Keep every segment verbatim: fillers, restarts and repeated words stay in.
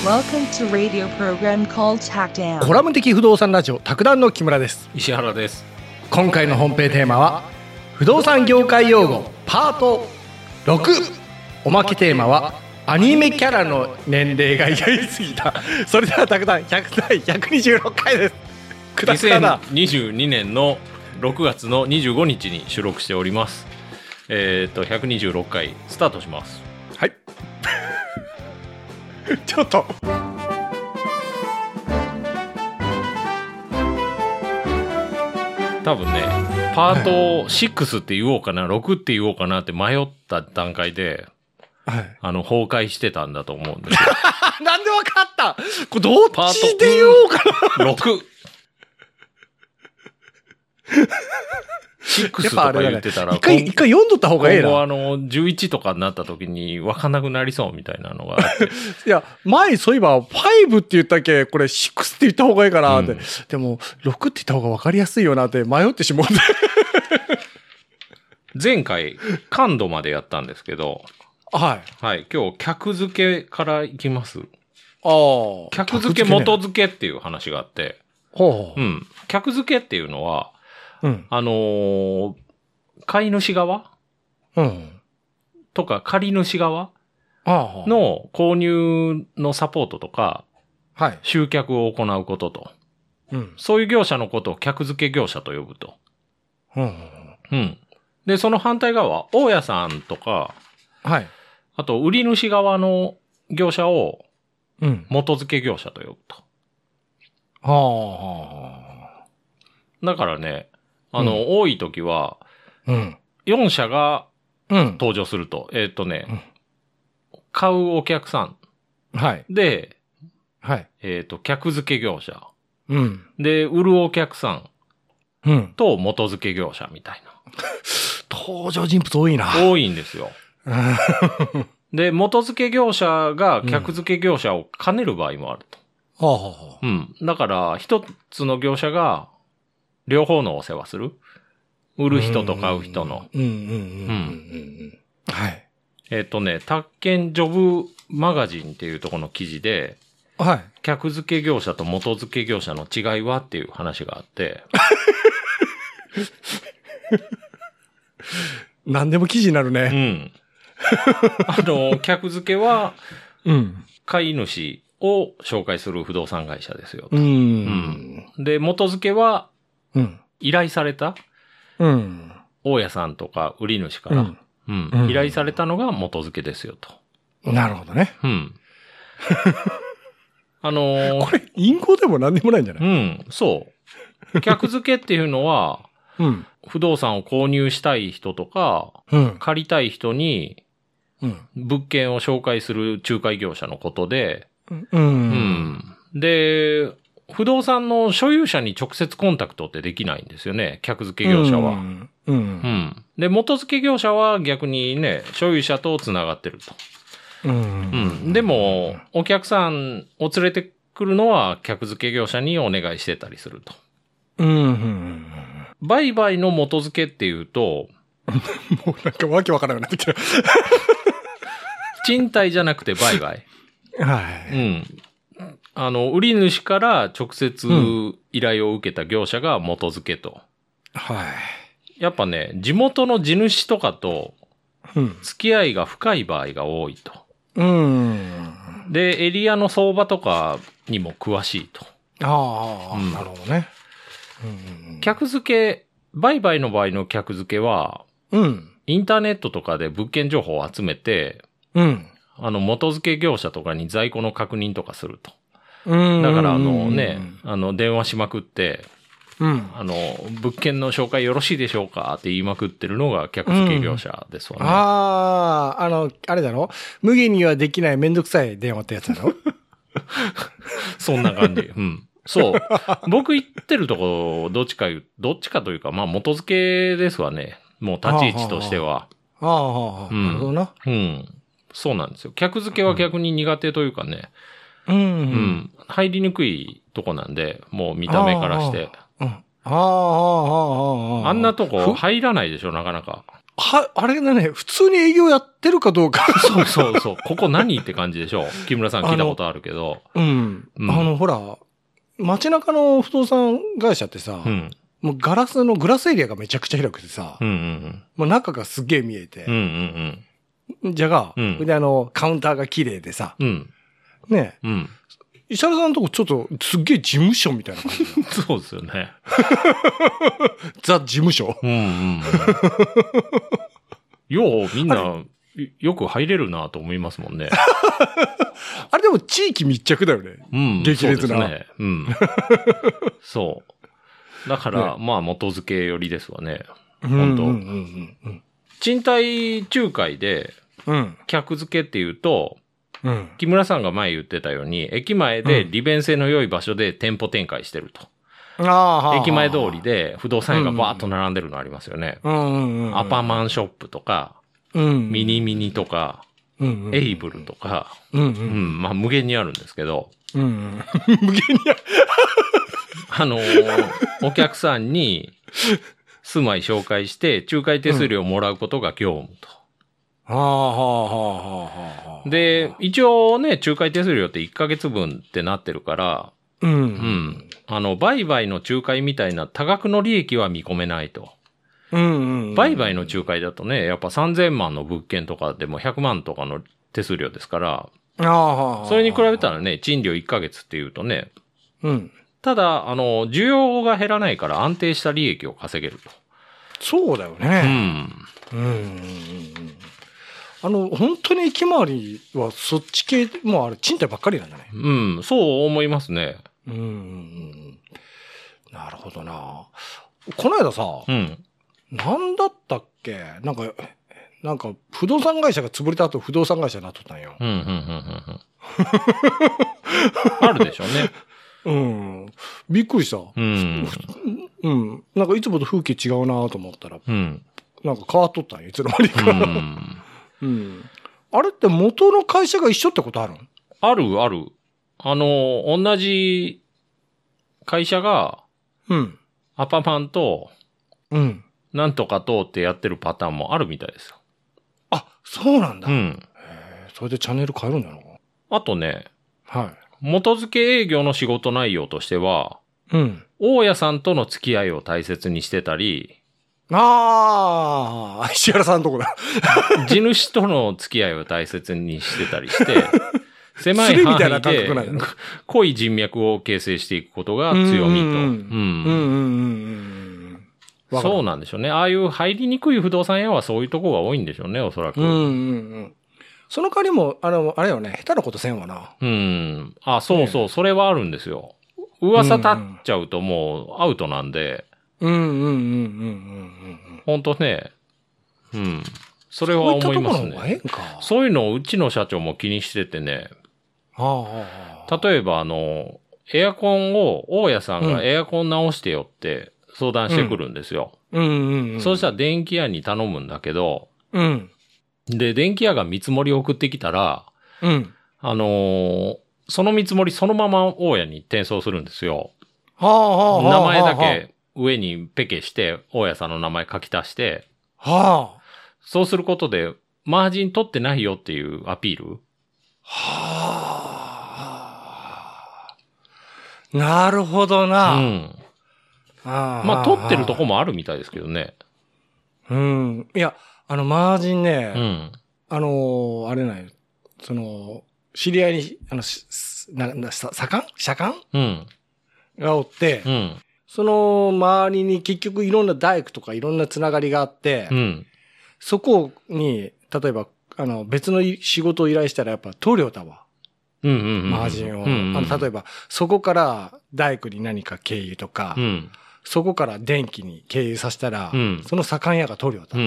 Welcome to radio program called Tackdown. コラム的不動産ラジオ卓談の木村です。 石原です。 今回の本編テーマは不動産業界用語パートろく。おまけテーマはアニメキャラの年齢がやりすぎた。それでは卓談ひゃくだいひゃくにじゅうろっかいです。くだくだだ。 にせんにじゅうにねんのろくがつのにじゅうごにちに収録しております。えー、っとひゃくにじゅうろっかいスタートします。 はいちょっと多分ねパートろくって言おうかなろくって言おうかなって迷った段階で、はい、あの崩壊してたんだと思うんですよなんでわかった。これどっちで言おうかな。ろくろくとか言ってたら、一回、一回読んどった方がいいな。 今後あの、じゅういちとかになった時に分かんなくなりそうみたいなのがあって。 いや、前そういえば、ごって言ったっけ、これろくって言った方がいいかなって。うん、でも、ろくって言った方が分かりやすいよなって迷ってしまうんで。 前回、感度までやったんですけど。 はい。 はい。今日、客付けからいきます。 ああ。 客付け、元付けっていう話があって。 ほう。 うん。客付けっていうのは、 うん、 あのー、買い主側、 うん、 とか借り主側の購入のサポートとか、 はい、 集客を行うことと、 うん、 そういう業者のことを客付け業者と呼ぶと。 うんうん、で、その反対側は、大家さんとか、 はい、 あと売り主側の業者を、 うん、 元付け業者と呼ぶと。 はあ、 だからね、あの、うん、多い時は、 うん、 よんしゃが登場すると、うん、えっとね、うん、買うお客さん。 はい。 で、 はい。 えっと、客付け業者。 うん。 で、売るお客さん。 うん。 と、元付け業者みたいな。 登場人物多いな。 多いんですよ。で、元付け業者が客付け業者を兼ねる場合もあると。 はあはあ、 うん。だから、一つの業者が、両方のお世話する。売る人と買う人の。 うんうんうんうんうんはい。 えっとね、宅建ジョブマガジンっていうところの記事で、 はい。 客付け業者と元付け業者の違いはっていう話があって。 何でも記事になるね。 うん。あの、客付けは、 うん。 買い主を紹介する不動産会社ですよと。 うん。 うん。で、元付けは、 うん、 依頼された、 うん、 大家さんとか売り主から、うんうんうん、依頼されたのが元付けですよと。 なるほどね。 うん。あのー、 これ、隠語でも何でもないんじゃない？ うん、そう。客付けっていうのは、 うん、 不動産を購入したい人とか、 うん、 借りたい人に、 うん、 物件を紹介する仲介業者のことで、 うんうん、で、不動産の所有者に直接コンタクトってできないんですよね。客付け業者は。うん。 うん。うん、 で、元付け業者は逆にね、所有者と繋がってると。 うん。 うん。でも、お客さんを連れてくるのは客付け業者にお願いしてたりすると。 うん。 売買の元付けっていうと、 もうなんかわけわからなくなってきた。 賃貸じゃなくて売買。 はい。 うん。あの、売り主から直接依頼を受けた業者が元付けと。 はい。 やっぱね、地元の地主とかと付き合いが深い場合が多いと。 うん。 で、エリアの相場とかにも詳しいと。 ああ、うん、なるほどね。 うん、客付け、売買の場合の客付けは、 うん。 インターネットとかで物件情報を集めて、 うん。 あの、元付け業者とかに在庫の確認とかすると。 うん。 だからあのね、あの、電話しまくって、 うん。 あの、物件の紹介よろしいでしょうかって言いまくってるのが客付け業者ですわね。 うん、ああ、あの、あれだろ？無限にはできないめんどくさい電話ってやつだろ？ そんな感じ。うん。そう。僕行ってるとこ、どっちか言う、どっちかというか、まあ元付けですわね。もう立ち位置としては。 ああ、なるほどな。 うん。そうなんですよ。客付けは逆に苦手というかね。 うん。うんうん入りにくいとこなんで、もう見た目からして。 ああ、ああ、ああ、 あんなとこ入らないでしょ、なかなか。 は、あれだね、普通に営業やってるかどうか。 そうそうそう。ここ何って感じでしょ。木村さん聞いたことあるけど。 うん。うん、あの、ほら、街中の不動産会社ってさ、うん、もうガラスのグラスエリアがめちゃくちゃ広くてさ、うんうんうん、もう中がすっげえ見えて、うんうんうん、じゃが、うん、であの、カウンターが綺麗でさ、うん、ねえ、うん、石原さんのとこちょっとすっげえ事務所みたいな感じそうですよね。 ザ事務所。うんうん、 ようみんなよく入れるなと思いますもんね。 あれでも地域密着だよね。うん。激烈な。そうですね。うん。 そう。だから、ね、まあ元付け寄りですわね。本当、うんうんうんうん、賃貸仲介で、客付けっていうと、うん、木村さんが前言ってたように、駅前で利便性の良い場所で店舗展開してると。うん、駅前通りで不動産屋がバーッと並んでるのありますよね。アパマンショップとか、うんうん、ミニミニとか、うんうん、エイブルとか、うんうんうん、まあ無限にあるんですけど、うんうん、無限にあるあのー、お客さんに住まい紹介して仲介手数料をもらうことが業務と。はあはあはあはあ、で、一応ね、仲介手数料っていっかげつぶんってなってるから、うんうん、あの売買の仲介みたいな多額の利益は見込めないと。うんうんうん、売買の仲介だとね、やっぱさんぜんまんの物件とかでもひゃくまんとかの手数料ですから、あそれに比べたらね、賃料いっかげつっていうとね、うん、ただ、あの、需要が減らないから安定した利益を稼げると。 そうだよね。うん。うんうんうん、あの、本当に駅周りはそっち系、もうあれ、賃貸ばっかりなんだね。 うん、そう思いますね。うん、うん、 なるほどな。この間さ、うん、なんだったっけなんか、なんか、不動産会社が潰れた後、不動産会社になっとったんよ。うん、うん、うん、うん。 あるでしょうね。 うん。びっくりした。うん。うん。なんか、いつもと風景違うなと思ったら、うん。なんか変わっとったんよ、いつの間にか。うん。うん。あれって元の会社が一緒ってことあるん？ ある、ある。あの、同じ会社が、うん。アパマンと、うん。なんとかとってやってるパターンもあるみたいですよ。 あ、そうなんだ。うん。へそれでチャンネル変えるんだろう。 あとね、はい。元付け営業の仕事内容としては、うん。大家さんとの付き合いを大切にしてたり、 ああ、石原さんのとこだ。 地主との付き合いを大切にしてたりして、狭い範囲で濃い人脈を形成していくことが強みと。そうなんでしょうね。ああいう入りにくい不動産屋はそういうとこが多いんでしょうね、おそらく。うんうんうん、 その代わりも、あの、あれよね、下手なことせんわな。 うん。あ、そうそう、ね、それはあるんですよ。噂立っちゃうともうアウトなんで。うんうんうんうんうんうん。本当ね。うん。それは思いますね。そういったところの方がええんか。そういうのをうちの社長も気にしててね。はあはあ、例えばあの、エアコンを、大家さんがエアコン直してよって相談してくるんですよ。うんうんうんうん、そうしたら電気屋に頼むんだけど、うん、で、電気屋が見積もりを送ってきたら、うん、あのー、その見積もりそのまま大家に転送するんですよ。はあはあはあ、名前だけ上にペケして、大家さんの名前書き足して、はあ、そうすることで、マージン取ってないよっていうアピール。 はあ。なるほどな。うん。 あまあ、取ってるとこもあるみたいですけどね。 うん。いや、あの、マージンね、うん、あの、あれなんよ。その、知り合いに、あの、な、な、さ、左官社官うん。がおって、うん。その周りに結局いろんな大工とかいろんなつながりがあって、うん、そこに、例えば、あの、別の仕事を依頼したらやっぱ塗料だわ。うんうんうん、マージンを、うんうん。あの、例えば、そこから大工に何か経由とか、うん、そこから電気に経由させたら、うん、その左官屋が塗料だ。うんうん、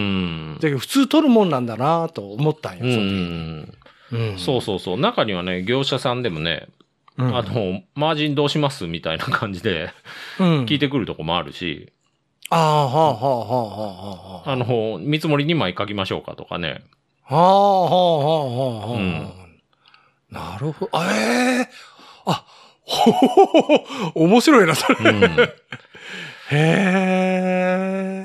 で普通取るもんなんだなと思ったんよ、うんうんうん、そうそうそう。中にはね、業者さんでもね、うん、あの、マージンどうしますみたいな感じで、聞いてくるとこもあるし。うん、ああ、はあ、はあ、はあ、はあ。あの、見積もりにまい書きましょうかとかね。はあ、はあ、はあ、はあ。うん、 なるほど。ええー、あ、ほほほほ、面白いな、それ。うん、へえ。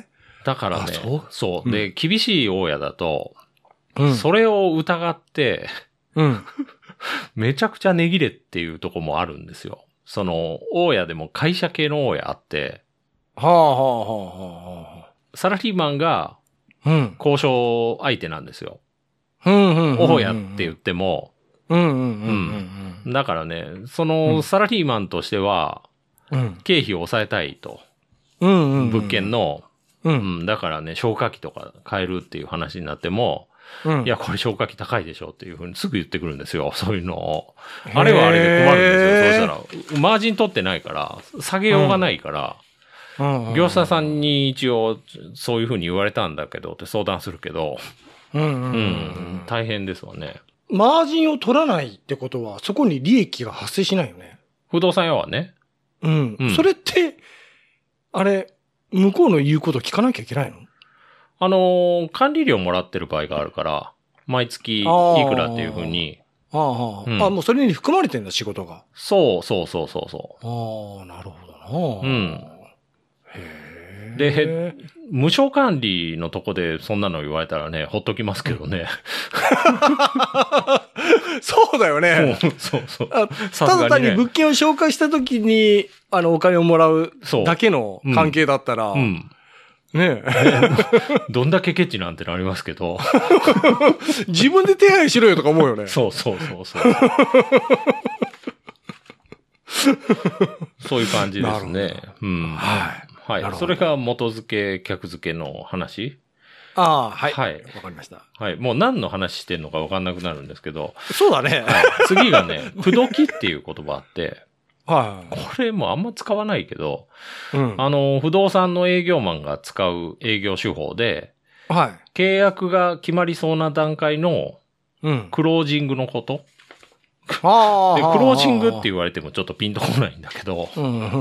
だからね、 そうそう。 うん、 で、厳しい大家だと、 うん、 それを疑って、 うん、 めちゃくちゃ値切れっていうとこもあるんですよ。その、大家でも会社系の大家あって、 はあはあはあはあ。 サラリーマンが、交渉相手なんですよ。 うん、 大家って言っても、 うん、うん、うん、 うん。だからね、その、サラリーマンとしては、 うん、 経費を抑えたいと。 うん、 物件の、 うん、 うん、だからね、消火器とか変えるっていう話になっても、うん、いや、これ消火器高いでしょっていうふうにすぐ言ってくるんですよ。そういうのを。あれはあれで困るんですよ。そうしたら、マージン取ってないから、下げようがないから、うん、業者さんに一応、そういうふうに言われたんだけどって相談するけど、うん、うん、大変ですわね。 マージンを取らないってことは、そこに利益が発生しないよね。 不動産屋はね。 うん。うん、それって、あれ、向こうの言うこと聞かなきゃいけないの？ あのー、管理料もらってる場合があるから、毎月いくらっていうふうに。 ああ、うん、あ、もうそれに含まれてんだ、仕事が。 そうそうそうそうそう。 ああ、なるほどな。うん。 へえ。で、無償管理のとこでそんなの言われたらね、ほっときますけどね。 そうだよね。 そうそうそう。 ただ単に物件を紹介したときに、あの、お金をもらうだけの関係だったら、うんうんねえ。 どんだけケチなんてなりますけど。 自分で手配しろよとか思うよね。 そうそうそうそう。そういう感じですね。うん。はい。はい。それが元付け、客付けの話。 ああ、はい。はい。わかりました。 はい。もう何の話してんのかわかんなくなるんですけど。 そうだね。 はい、次がね、口説きっていう言葉あって。 はい。 これもあんま使わないけど、うん、あの、不動産の営業マンが使う営業手法で、はい。契約が決まりそうな段階の、うん。クロージングのこと。ああ。で、クロージングって言われてもちょっとピンとこないんだけど、うん。うん、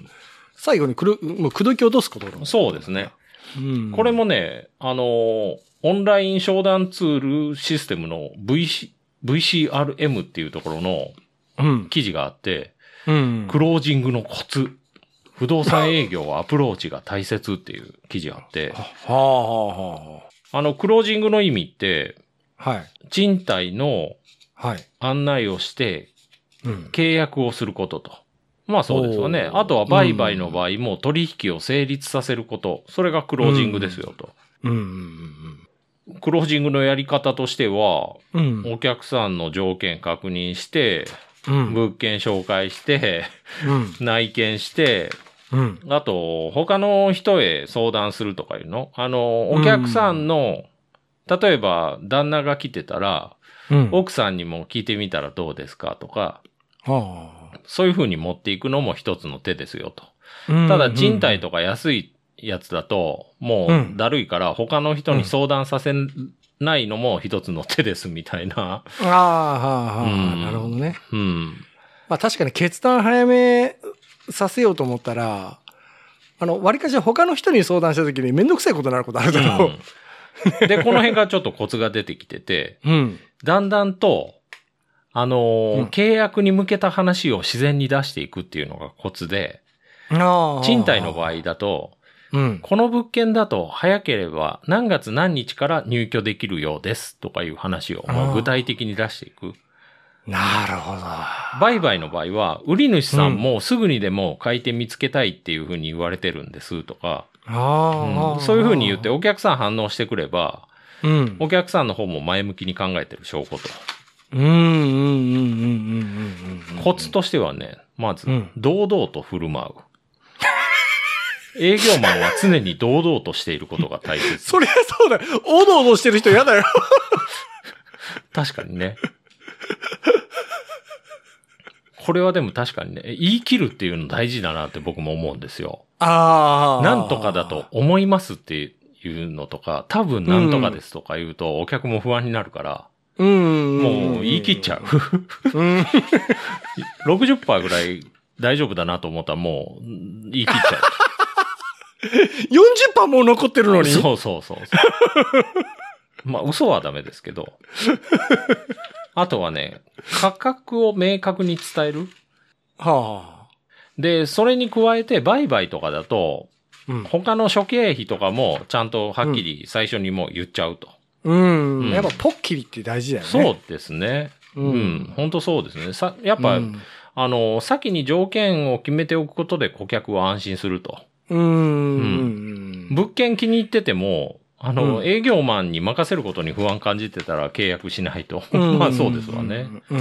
最後にくる、もう口説き落とすことだ。 そうですね。うん。これもね、あの、オンライン商談ツールシステムの ブイシーアールエム っていうところの、うん。記事があって、うん、クロージングのコツ。不動産営業はアプローチが大切っていう記事があって。はあはあはあ。あの、クロージングの意味って、はい。賃貸の案内をして、契約をすることと。うん、まあそうですよね。あとは売買の場合も取引を成立させること。それがクロージングですよと。うんうんうん、クロージングのやり方としては、うん、お客さんの条件確認して、うん、物件紹介して、うん、内見して、うん、あと、他の人へ相談するとかいうの。あの、お客さんの、うん、例えば、旦那が来てたら、うん、奥さんにも聞いてみたらどうですかとか、はあ、そういう風に持っていくのも一つの手ですよと。うん、ただ、賃貸とか安いやつだと、もう、だるいから、他の人に相談させないのも一つの手ですみたいな。ああ、はあ、はあ、うん、なるほどね。うん。まあ確かに決断早めさせようと思ったら、あの、割かし他の人に相談したときにめんどくさいことになることあるだろう。 うん、で、この辺がちょっとコツが出てきてて、うん、だんだんと、あのーうん、契約に向けた話を自然に出していくっていうのがコツで、賃貸の場合だと、うん、この物件だと早ければ何月何日から入居できるようですとかいう話をもう具体的に出していく。 なるほど。 売買の場合は、売り主さんもすぐにでも買い手見つけたいっていうふうに言われてるんですとか、うん、そういうふうに言ってお客さん反応してくれば、うん、お客さんの方も前向きに考えてる証拠と。コツとしてはね、まず、堂々と振る舞う。営業マンは常に堂々としていることが大切。 そりゃそうだよ。おどおどしてる人嫌だよ。 確かにね。これはでも確かにね、言い切るっていうの大事だなって僕も思うんですよ。ああ。なんとかだと思いますっていうのとか、多分なんとかですとか言うと、お客も不安になるから、うん、もう言い切っちゃう。うん、ろくじゅっパーセント ぐらい大丈夫だなと思ったらもう言い切っちゃう。 よんじゅっパーセント も残ってるのに。 そうそうそうそう。まあ嘘はダメですけど。あとはね、価格を明確に伝える。はあ。で、それに加えて売買とかだと、 うん、他の諸経費とかもちゃんとはっきり最初にもう言っちゃうと。 うん。うん、やっぱポッキリって大事だよね。 そうですね。うん。うん、本当そうですね。さ、やっぱ、うん、あの、先に条件を決めておくことで顧客は安心すると。 うん。うん。 物件気に入ってても、あの、うん、営業マンに任せることに不安感じてたら契約しないと。まあそうですわね。うん。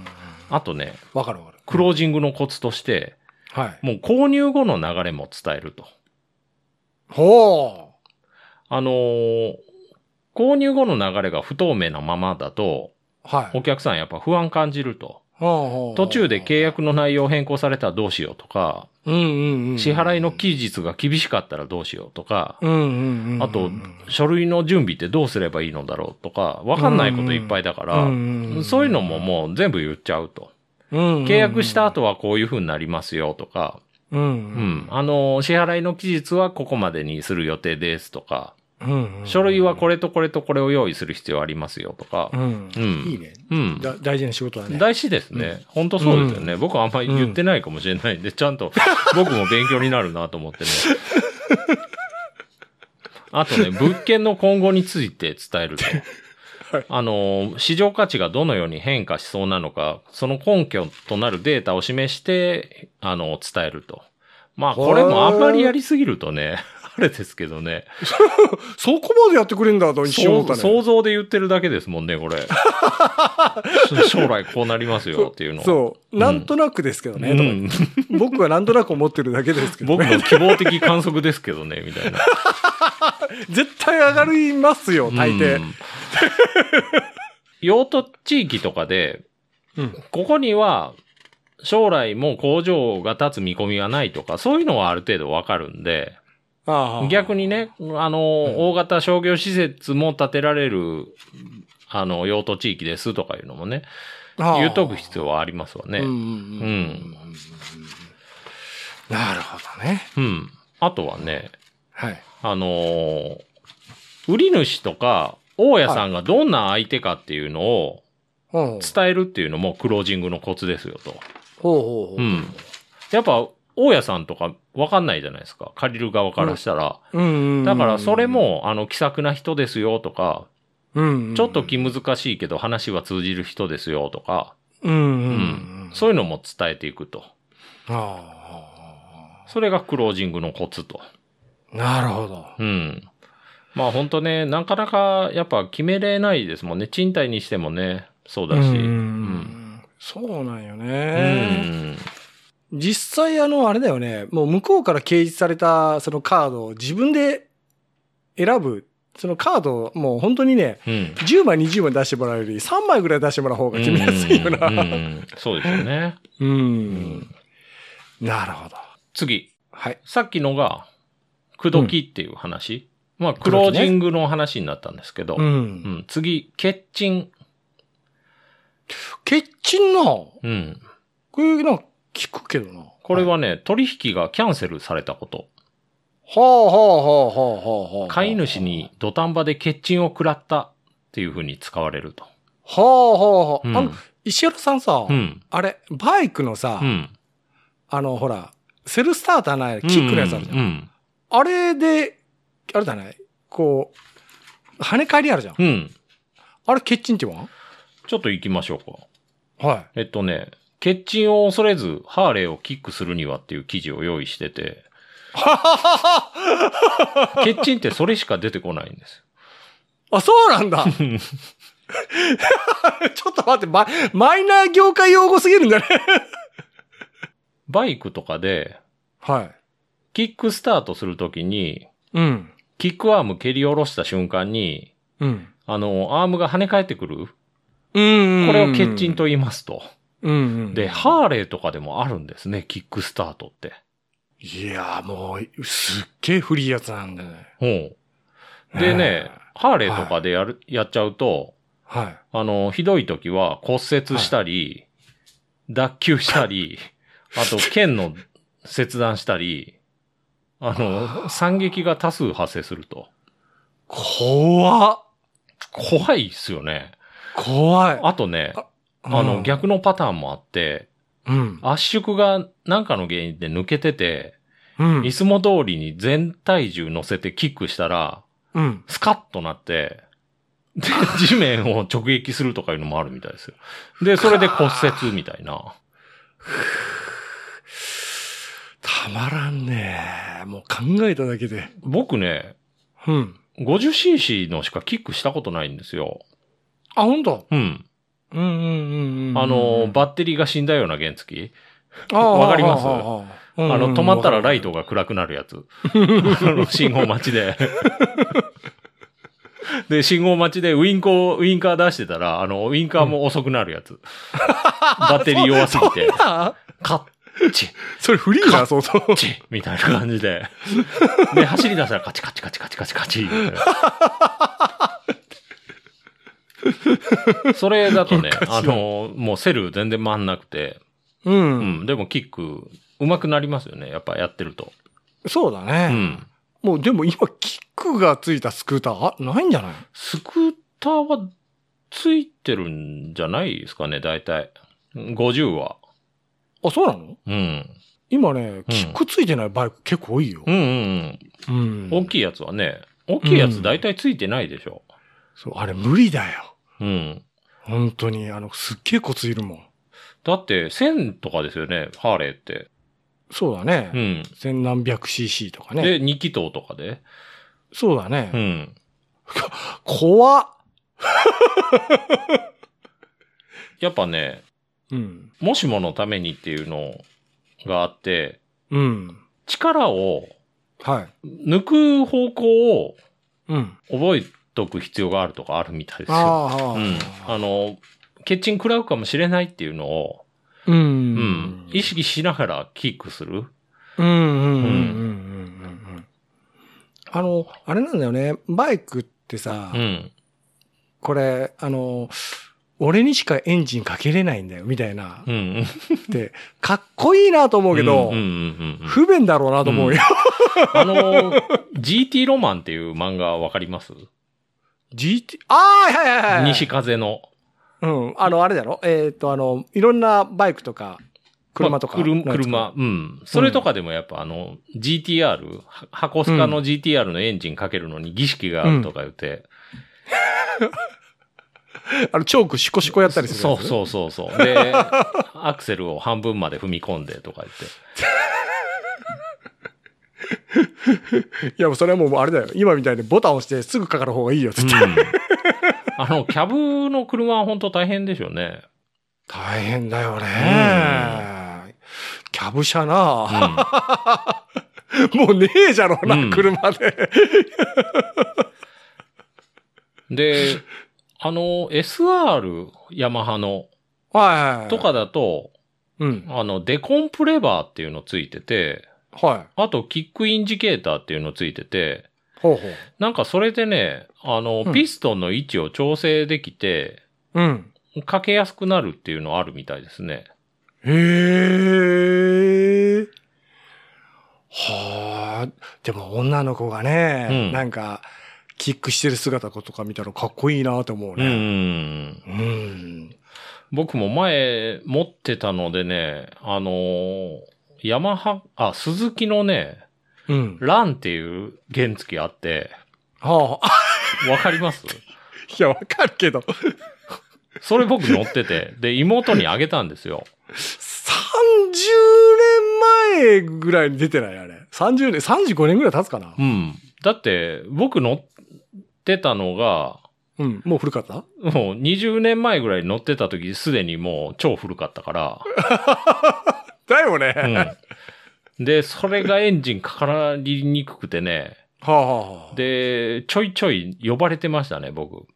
あとね。 わかるわかる。 クロージングのコツとして、 はい。 もう購入後の流れも伝えると。 ほう。 あのー、購入後の流れが不透明なままだと、 はい。 お客さんやっぱ不安感じると。 ほう。 途中で契約の内容を変更されたらどうしようとか、 うんうんうん、 支払いの期日が厳しかったらどうしようとか、 うんうんうんうん、 あと、書類の準備ってどうすればいいのだろうとか、わかんないこといっぱいだから、うんうん、そういうのももう全部言っちゃうと。 うんうんうん、 契約した後はこういう風になりますよとか、 うんうんうん、 あの、支払いの期日はここまでにする予定ですとか、 うんうんうん、 書類はこれとこれとこれを用意する必要ありますよとか。 うんうん、いいね、 うん、 だ。大事な仕事だね。 大事ですね。うん、本当そうですよね。うん、僕はあんまり言ってないかもしれないんで、ちゃんと僕も勉強になるなと思ってね。あとね、物件の今後について伝えると。はい、あの、市場価値がどのように変化しそうなのか、その根拠となるデータを示して、あの、伝えると。まあ、これもあんまりやりすぎるとね、あれですけどね。 そこまでやってくれんだと一瞬思ったね。 想像で言ってるだけですもんね、これ。将来こうなりますよっていうのは。 そう。なんとなくですけどね。うん、僕はなんとなく思ってるだけですけどね。僕の希望的観測ですけどね、みたいな。 絶対上がりますよ、大抵。 用途地域とかで、 うん、 ここには将来も工場が建つ見込みはないとか、そういうのはある程度わかるんで、 ああ逆にね、あの、うん、大型商業施設も建てられる、あの、用途地域ですとかいうのもね、言うとく必要はありますわね。うん。うん、 なるほどね。 うん。あとはね、 はい。 あのー、売り主とか、大家さんがどんな相手かっていうのを伝えるっていうのもクロージングのコツですよと。 ほうほうほう。 うん。やっぱ、大家さんとか分かんないじゃないですか。借りる側からしたら。 うん、 だからそれも、あの、気さくな人ですよとか、 うん、 ちょっと気難しいけど話は通じる人ですよとか、 うんうんうん、そういうのも伝えていくと。 ああ。 それがクロージングのコツと。 なるほど。 うん。まあ本当ね、なかなかやっぱ決めれないですもんね。賃貸にしてもね、そうだし。うんうん、そうなんよね。うん、実際あの、あれだよね。もう向こうから掲示されたそのカードを自分で選ぶ。そのカードをもう本当にね、 うん、 じゅうまい、にじゅうまい出してもらうよりさんまいぐらい出してもらう方が決めやすいよな。 うんうん、そうですよね。 うん。うん、なるほど。 次。 はい。 さっきのが、口説きっていう話。うん、まあ、クロージングの話になったんですけど。 うん。うんうん、次、欠賃。 欠賃な。 うん。 これなんか聞くけどな。 これはね、はい、取引がキャンセルされたこと。 はあはあはあはあはあはあ。 買い主に土壇場で欠賃を食らったっていう風に使われると。 はあはあはあ。うん、あの、石原さんさ、 うん、 あれ、バイクのさ、 うん、 あの、ほら、セルスターターないキックのやつあるじゃん。 うんうん、 あれで、あれだね、こう、跳ね返りあるじゃん。 うん。 あれ、欠賃って言わん？ ちょっと行きましょうか。 はい。 えっとね、欠賃を恐れず、ハーレーをキックするにはっていう記事を用意してて、欠賃ってそれしか出てこないんですよ。 あ、そうなんだ。ちょっと待って、マ、マイナー業界用語すぎるんだね。 バイクとかで、 はい。 キックスタートするときに、 うん。 キックアーム蹴り下ろした瞬間に、 うん。 あの、アームが跳ね返ってくる。 うん。 これを欠賃と言いますと。 うん。 で、ハーレーとかでもあるんですね、キックスタートって。 いや、もう、すっげえ古いやつなんだね。 ほう。でね、ハーレーとかでやる、はい、やっちゃうと、 はい。 あの、ひどい時は骨折したり、はい、脱臼したり、あと、剣の切断したり、あの、惨劇が多数発生すると。 怖っ。 怖いっすよね。 怖い。 あとね、あ,、うん、あの、逆のパターンもあって、 うん、 圧縮が何かの原因で抜けてて、 うん、 いつも通りに全体重乗せてキックしたら、 うん、 スカッとなって、で、地面を直撃するとかいうのもあるみたいですよ。で、それで骨折みたいな。 たまらんね。もう考えただけで。 僕ね、 うん。 ごじゅうシーシー のしかキックしたことないんですよ。 あ、ほんと？ うん。 うんうんうんうん。 あの、バッテリーが死んだような原付わかります？あの、止まったらライトが暗くなるやつ。あの、信号待ちで。で、信号待ちでウインコ、ウインカー出してたら、あの、ウインカーも遅くなるやつ。うん、バッテリー弱すぎて。カッチ。 それフリーな、そうそう。 カッチみたいな感じで。で、走り出したらカチカチカチカチカチカチ。それだとね、あの、もうセル全然回んなくて。 うん。 うん。でもキック、上手くなりますよね。やっぱやってると。 そうだね。 うん。 もうでも今キックがついたスクーターないんじゃない？ スクーターはついてるんじゃないですかね、大体。ごじゅうは。 あ、そうなの？ うん。 今ね、キックついてないバイク結構多いよ。 うんうんうん。うん、大きいやつはね、大きいやつ大体ついてないでしょ。うん、 そう、あれ無理だよ。 うん。 本当に、あの、すっげえコツいるもん。 だって、せんとかですよね、ハーレーって。 そうだね。 うん。 千何百 シーシー とかね。 で、に気筒とかで。 そうだね。 うん。 怖っ。 やっぱね、 うん。 もしものためにっていうのがあって、 うん。 力を、 はい。 抜く方向を、 うん。 覚えとく必要があるとかあるみたいですよ。 ああ、 うん。あの、ケッチン食らうかもしれないっていうのを、 うん。うん。 意識しながらキックする。 うん。うん。うん。うん。あの、あれなんだよね。バイクってさ、 うん。 これ、あの、俺にしかエンジンかけれないんだよ、みたいな。 うん。 で、かっこいいなと思うけど、不便だろうなと思うよ。 うん、あの、ジーティー ロマンっていう漫画わかります？ ジーティー、ああ、はいはいはい。 西風の。 うん。あの、あれだろえっと、あの、いろんなバイクとか、車とか、 まあ。車、うん。それとかでもやっぱあの、ジーティーアール、箱スカの ジーティーアール のエンジンかけるのに儀式があるとか言って、 うん、あの、チョークシコシコやったりするそうそうそうそう。で、アクセルを半分まで踏み込んでとか言って。 いや、もうそれはもうあれだよ。今みたいにボタン押してすぐかかる方がいいよ、つって。うん、 あの、キャブの車は本当大変でしょうね。 大変だよね。うん、キャブ車な、うん、もうねえじゃろうな、うん、車で。 で、あの、エスアール、ヤマハの、 はいはいはい、 とかだと、 うん、 あの、デコンプレバーっていうのついてて、 はい。 あと、キックインジケーターっていうのついてて、 ほうほう。なんかそれでね、あの、うん、ピストンの位置を調整できて、 うん。 かけやすくなるっていうのあるみたいですね。 へー。はあ。でも女の子がね、うん、なんか、キックしてる姿とか見たらかっこいいなと思うね。 うん。うん。僕も前持ってたのでね、あのー、ヤマハ、あ、鈴木のね、 うん。 ランっていう原付あって、 はあ。 わかります？ いや、わかるけど。 それ僕乗ってて、で、妹にあげたんですよ。 さんじゅうねんまえぐらいに出てないあれ。さんじゅうねん、さんじゅうごねんぐらい経つかな。 うん。だって、僕乗ってたのが、 うん、もう古かった？ もうにじゅうねんまえぐらいに乗ってた時、すでにもう超古かったから。 だよね。 うん。で、それがエンジンかからりにくくてね。 はあはあ、 で、ちょいちょい呼ばれてましたね、僕。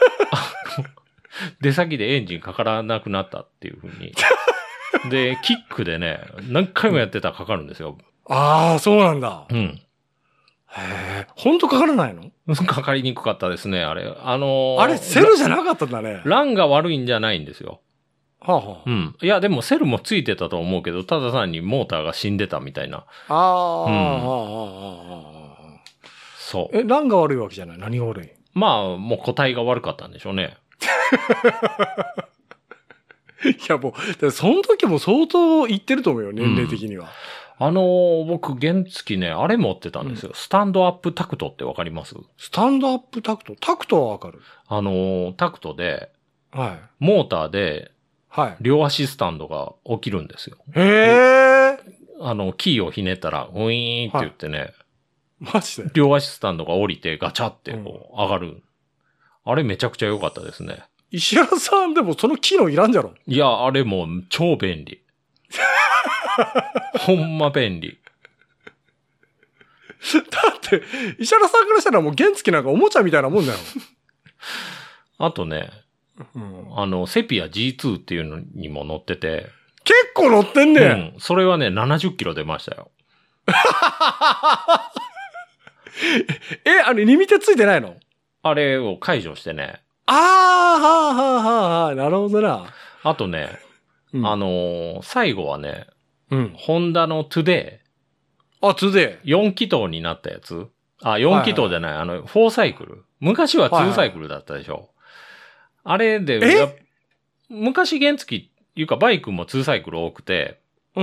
出先でエンジンかからなくなったっていう風に。で、キックでね、何回もやってたらかかるんですよ。 ああ、そうなんだ。 うん。 へえ、ほんとかからないの？ かかりにくかったですね、あれ。あのー、 あれ、セルじゃなかったんだね。 ランが悪いんじゃないんですよ。 はあはあ、 うん。いや、でもセルもついてたと思うけど、ただ単にモーターが死んでたみたいな。 ああ、うん、ああ、ああ、 そう。 え、ランが悪いわけじゃない？何が悪い？ まあ、もう個体が悪かったんでしょうね。 いや、もう、その時も相当いってると思うよ、年齢的には。 あのー、僕、原付ね、あれ持ってたんですよ。うん、スタンドアップタクトってわかります？ スタンドアップタクトタクトはわかる。 あのー、タクトで、 はい。 モーターで、 はい。 両足スタンドが起きるんですよ。 へー。 あの、キーをひねったら、ウィーンって言ってね、 はい、マジで両足スタンドが降りてガチャってこう上がる。うん、あれめちゃくちゃ良かったですね。 石原さんでもその機能いらんじゃろ？ いや、あれもう超便利。ほんま便利。 だって、石原さんからしたらもう原付なんかおもちゃみたいなもんだよ。 あとね、うん、あの、セピア ジーツー っていうのにも乗ってて。 結構乗ってんね。 うん。それはね、ななじゅっキロ出ましたよ。 え、あれ、リミテついてないの？ あれを解除してね。 あー、はーはーはーはー、なるほどな。 あとね、うん、あのー、最後はね、 うん。 ホンダのトゥデイ。あ、トゥデイ。 よん気筒になったやつ。あ、よん気筒じゃない、はいはい、あの、フォーサイクル。昔はツーサイクルだったでしょ。はいはい、あれで、 え昔原付いうかバイクもツーサイクル多くて、 うん。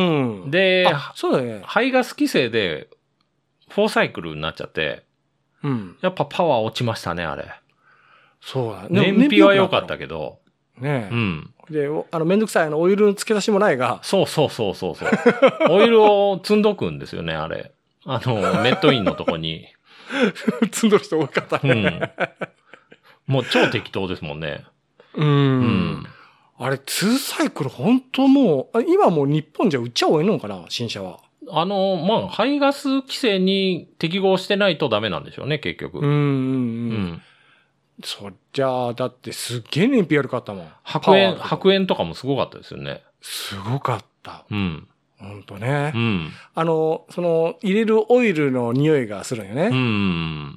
で、 そうだね。 排ガス規制で、フォーサイクルになっちゃって、 うん。 やっぱパワー落ちましたね、あれ。 そうだね。 燃費は良かったけど。 ねえ。 うん。 で、あの、めんどくさいあの、オイルの付け出しもないが。 そうそうそうそうそう。オイルを積んどくんですよね、あれ。あの、メットインのとこに。 積んどる人多かったね。 うん。もう超適当ですもんね。 うん。うんあれ、ツーサイクル本当もう、今もう日本じゃ売っちゃ多いのかな、新車は。 あの、まあ、排ガス規制に適合してないとダメなんでしょうね、結局。 うんうんうん。うん、そじゃあ、だってすっげえ燃費悪かったもん。 白煙、白煙とかもすごかったですよね。 すごかった。 うん。 ほんとね。 うん。 あの、その、入れるオイルの匂いがするんよね。 うん。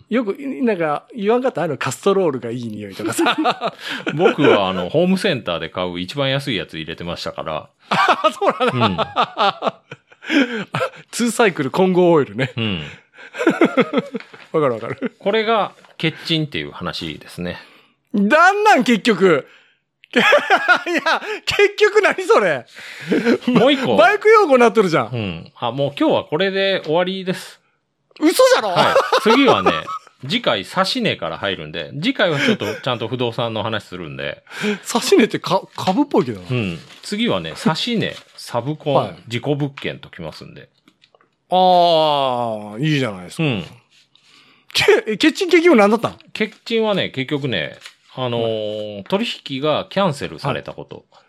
よく、なんか、言わんかったあのカストロールがいい匂いとかさ。 僕はあの、ホームセンターで買う一番安いやつ入れてましたから。 ああ、そうなんだ。うん、ツーサイクル混合オイルね。 うん。 わかるわかる。 これが、欠賃っていう話ですね。 だんなん結局。いや、結局何それ。 もう一個。 バイク用語になってるじゃん。 うん。あ、もう今日はこれで終わりです。 嘘じゃろ？ はい。次はね、次回、差し値から入るんで、次回はちょっとちゃんと不動産の話するんで。 差し値ってか株っぽいけどな。 うん。次はね、差し値、サブコン、はい、自己物件ときますんで。 ああ、いいじゃないですか。 うん。 け、欠賃結局何だったん？ 欠賃はね、結局ね、あのーはい、取引がキャンセルされたこと。はい、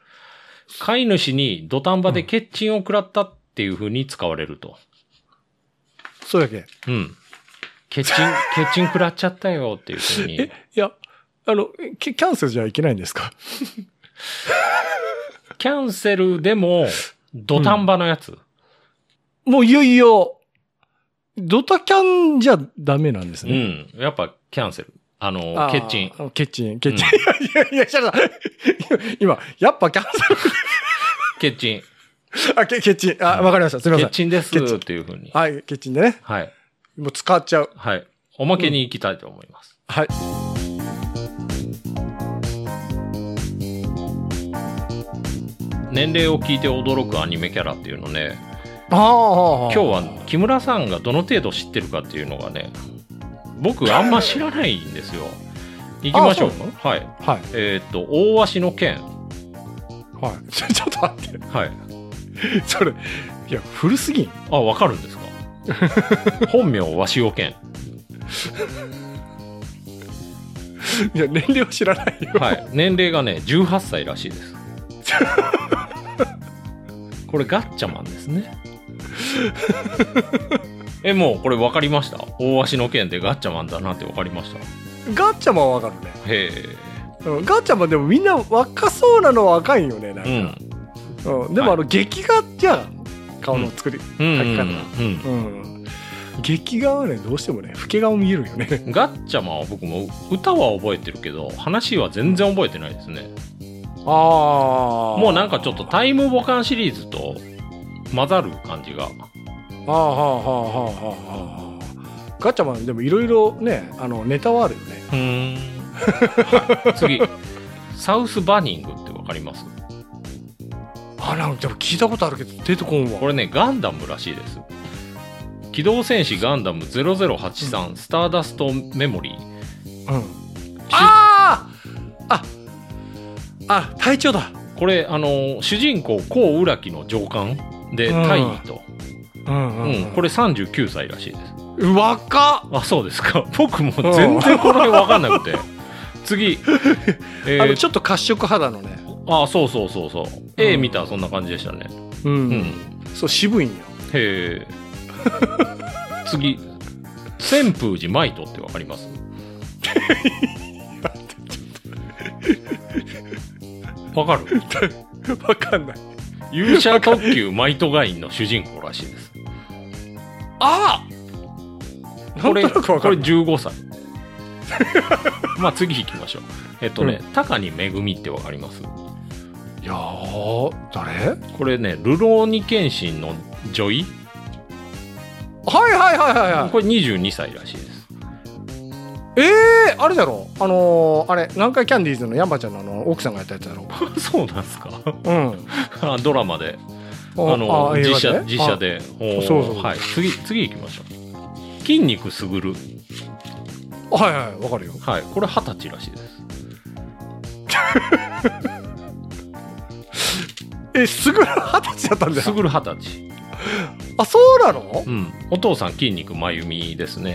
飼い主に土壇場で欠賃を食らったっていう風に使われると。 そうやけ。 うん。欠賃、欠賃食らっちゃったよっていう風に。 え、いや、あの、キャンセルじゃいけないんですか？ キャンセルでも、土壇場のやつ。 うん、もういよいよ、ドタキャンじゃダメなんですね。 うん。やっぱキャンセル。あの、欠賃。 欠賃、欠賃。うん、いやいや、シャラさん。今、やっぱキャンセル。 欠賃。 あ、け、欠賃。あ、わかりました。すみません。 欠賃ですっていうふうに。 はい、欠賃でね。 はい。 もう使っちゃう。 はい。おまけに行きたいと思います。 うん、はい。 年齢を聞いて驚くアニメキャラっていうのね。 ああ。 今日は木村さんがどの程度知ってるかっていうのがね、僕あんま知らないんですよ。行きましょう。はい。 はい。 えっと、大鷲の剣。 はい。ちょ、ちょっと待って。 はい。 それ、いや、古すぎん。 あ、わかるんですか？本名、鷲尾剣。 いや、年齢は知らないよ。 はい。年齢がね、じゅうはっさいらしいです。これガッチャマンですね。え、もうこれ分かりました？大鷲の剣でガッチャマンだなって分かりました？ ガッチャマンは分かるね。 へえ。ガッチャマンでもみんな若そうなのは若いよね、なんか。うん。うん、でもあの、はい、劇画じゃん。顔の作り、うん、描き方が。うん。うん。劇画はね、どうしてもね、老け顔見えるよね。 ガッチャマンは僕も歌は覚えてるけど、話は全然覚えてないですね。 ああ。 もうなんかちょっとタイムボカンシリーズと混ざる感じが。 ああ、はあ、はあ、はあ、はあ。ガッチャマンでもいろいろね、あの、ネタはあるよね。 うーん。はい、次。サウスバニングってわかります？ はあ、なんかでも聞いたことあるけど出てこんわ。 これねガンダムらしいです。機動戦士ガンダムゼロゼロはちさん、うん、スターダストメモリー、うん、 あああ隊長だ。 これあの主人公コウ・ウラキの上官で大尉と、うんうんうんうん、これさんじゅうきゅうさいらしいです。 若っ。 あ、そうですか。僕も全然この辺分かんなくて次、 えー、あのちょっと褐色肌のね。 あ、そうそうそうそう、うん、絵見たらそんな感じでしたね。 うん、うん、そう渋いんよ。 へえ次千風寺マイトって分かります？わかる？ わかんない。 勇者特急マイトガインの主人公らしいです。 ああ、これこれじゅうごさい。まあ次行きましょう。えっとね、うん、高荷めぐみってわかります？ いやー、誰？ これね、ルローニケンシンの女医。 はいはいはいはいはい。 これにじゅうにさいらしいです。 ええー、あれだろ、あのー、あれ南海キャンディーズのヤンバちゃんのあの奥さんがやったやつだろ。 そうなんですか。 うん。 ドラマで、あのあ実写実写で。そうそう。はい。次次行きましょう。筋肉すぐる。 はいはいわかるよ。 はい。これ二十歳らしいです。 え、すぐる二十歳だったんだよ。 すぐる二十歳。 あ、そうなの？ うん。お父さん筋肉まゆみですね。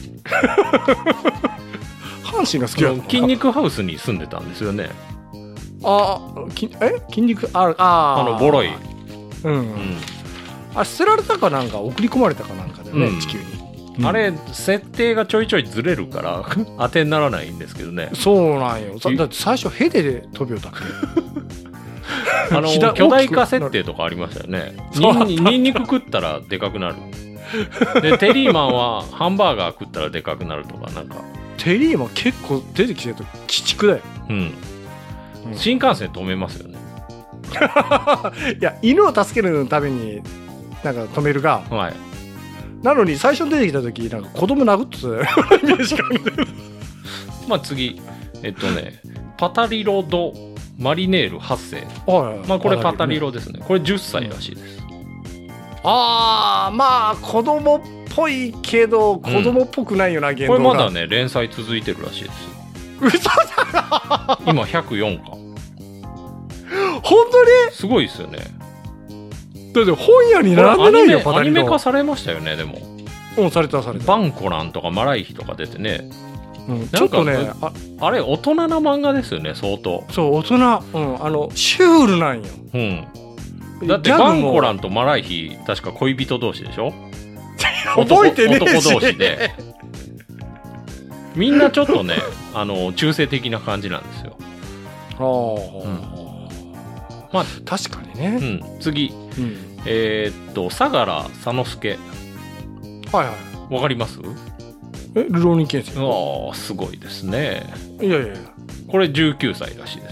阪神が好きだった。 筋肉ハウスに住んでたんですよね。 あきえ筋肉あああのボロい、 うん、うん、あ捨てられたかなんか送り込まれたかなんかだよね、うん、地球に、うん、あれ設定がちょいちょいずれるから当てにならないんですけどね。 そうなんよ。だって最初ヘデで飛びよったっけあの巨大化設定とかありましたよね。にんにんにく食ったらでかくなる。でテリーマンはハンバーガー食ったらでかくなるとかなんか。 テリーマン結構出てきてると鬼畜だよ。 うん。新幹線止めますよね。 いや犬を助けるためになんか止めるが、 はい、 なのに最初に出てきた時なんか子供殴ってたイメージがあるんだよ。 まあ次えっとねパタリロドマリネールはっせい、はいはい、まあこれパタリロですね。これじゅっさいらしいです。 ああ、まあ子供っぽいけど子供っぽくないよな、うん、 これまだね連載続いてるらしいです。 嘘だろ。 今ひゃくよんか。 本当にすごいですよね。 だって本屋に並んでないよ。パタリロアニメ化されましたよね。でもうんされたされた。 バンコランとかマライヒとか出てね、 うん、ちょっとね あ, あれ大人な漫画ですよね相当。 そう大人、うん、あのシュールなんよ、 うん、だってバンコランとマライヒ確か恋人同士でしょ。 覚えてねえし男同士でみんなちょっとねあの中性的な感じなんですよ。 あ、うん、まあ確かにね、 うん、次、うん、えー、っと相良佐之助。 はいはい。わかります？ えルローニケンシン。 ああすごいですね。 いやいやいやこれじゅうきゅうさいらしいです。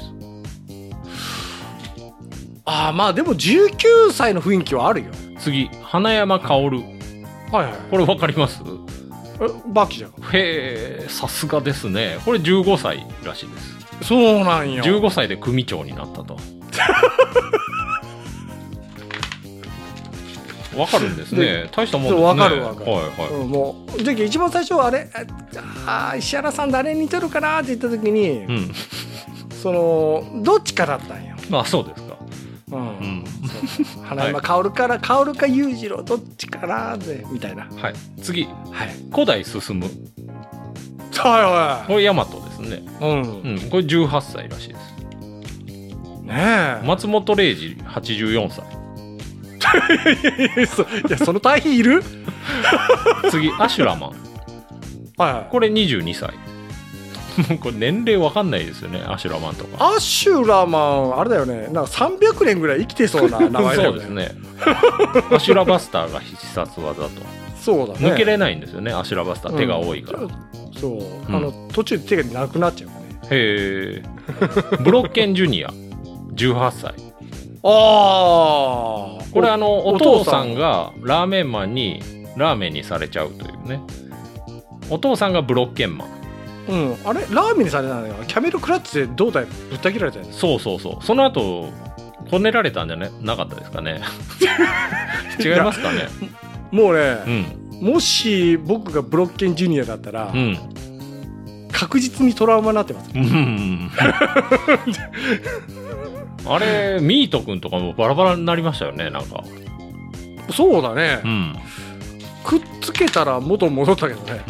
ああまあでもじゅうきゅうさいの雰囲気はあるよ。 次花山薫。 はいはい。 これわかります？ えバキじゃん。 へえさすがですね。これじゅうごさいらしいです。 そうなんよ。 じゅうごさいで組長になったと。わかるんですね。大したもんですね。 わかるわかる。 はいはい。 うん、もうじゃあ一番最初あれあ石原さん誰に似てるかなって言った時に、うん、そのどっちかだったんよ。 あそうですか。 うん。うん、花山薫から、はい、薫か裕次郎どっちかなってみたいな。 はい。次、はい、古代進む。 はいはい。 これ大和ですね。うん。うん。これじゅうはっさいらしいです。 ねえ。 松本零士はちじゅうよんさい。 いやその対比いる？ 次アシュラマン。 はいはい。 これにじゅうにさい。これ年齢わかんないですよね。アシュラマンとか。 アシュラマンあれだよね。なんかさんびゃくねんぐらい生きてそうな名前だよね。 そうですね。アシュラバスターが必殺技と。 そうだね。 抜けれないんですよね。アシュラバスター手が多いから。うん、 そう、うん、あの途中で手がなくなっちゃうね。 へえ。ブロッケンジュニアじゅうはっさい。 ああ。 これあのお父さんがラーメンマンにラーメンにされちゃうというね。お父さんがブロッケンマン。 うん、あれラーメンにされたのよ。キャメルクラッチで胴体ぶった切られたよね。 そうそうそう。その後こねられたんじゃ、ね、なかったですかね。違いますかね。 もうね、 うん、 もし僕がブロッケンジュニアだったら、うん、確実にトラウマになってます。うん、 あれミート君とかもバラバラになりましたよね。なんかそうだね、 うん、 くっつけたら元戻ったけどね。 うん、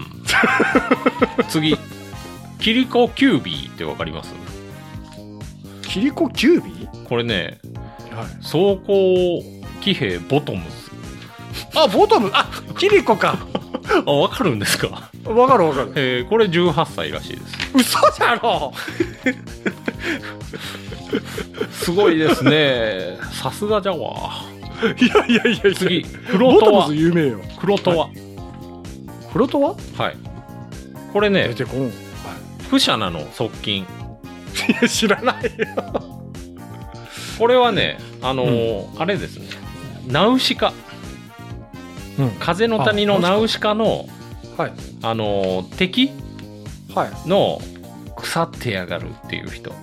次キリコキュービーってわかります？ キリコキュービー？ これね、はい、装甲騎兵ボトムズ。 あ、ボトム、あ、キリコか。 あ、わかるんですか？ わかるわかる。 えー、これじゅうはっさいらしいです。 嘘じゃろ。 すごいですね。さすがじゃわ。 いやいやいやいや。 次、フロトワ。 ボトムズ有名よ。 フロトワ。 はい、フロトワ？ はい。これね、 出てこん。はい、 フシャナの側近。 いや、知らないよ。 これはね、あのーうん、あれですね。ナウシカ。うん、風の谷のナウシカの、 はい、 あのー、敵、 はい、 の腐ってやがるっていう人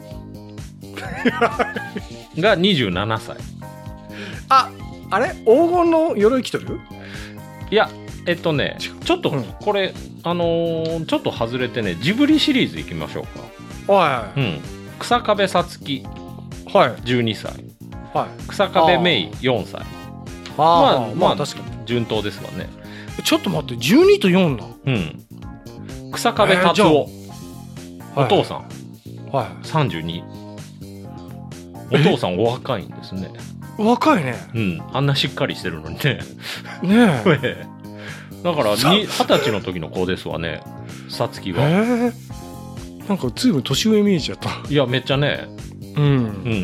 がにじゅうななさい。 あ、あれ黄金の鎧着とる？ いや、えっとね、ちょっとこれ、うん、あのー、ちょっと外れてね、ジブリシリーズいきましょうか。 はい、 うん、草壁さつき、 はい、 じゅうにさい、 はい、 草壁メイよんさい。 あ、 まあ、まあ、 確かに順当ですわね。 ちょっと待って、じゅうにとよんだ。 うん。草壁達夫、お父さん、 はい、 さんじゅうに。お父さんお若いんですね。 若いね。 うん、あんなしっかりしてるのにね。 ねえ。 だからにはたちの時の子ですわね、さつきは。 えー、なんかずいぶん年上見えちゃった。 いや、めっちゃね。 うん、うん、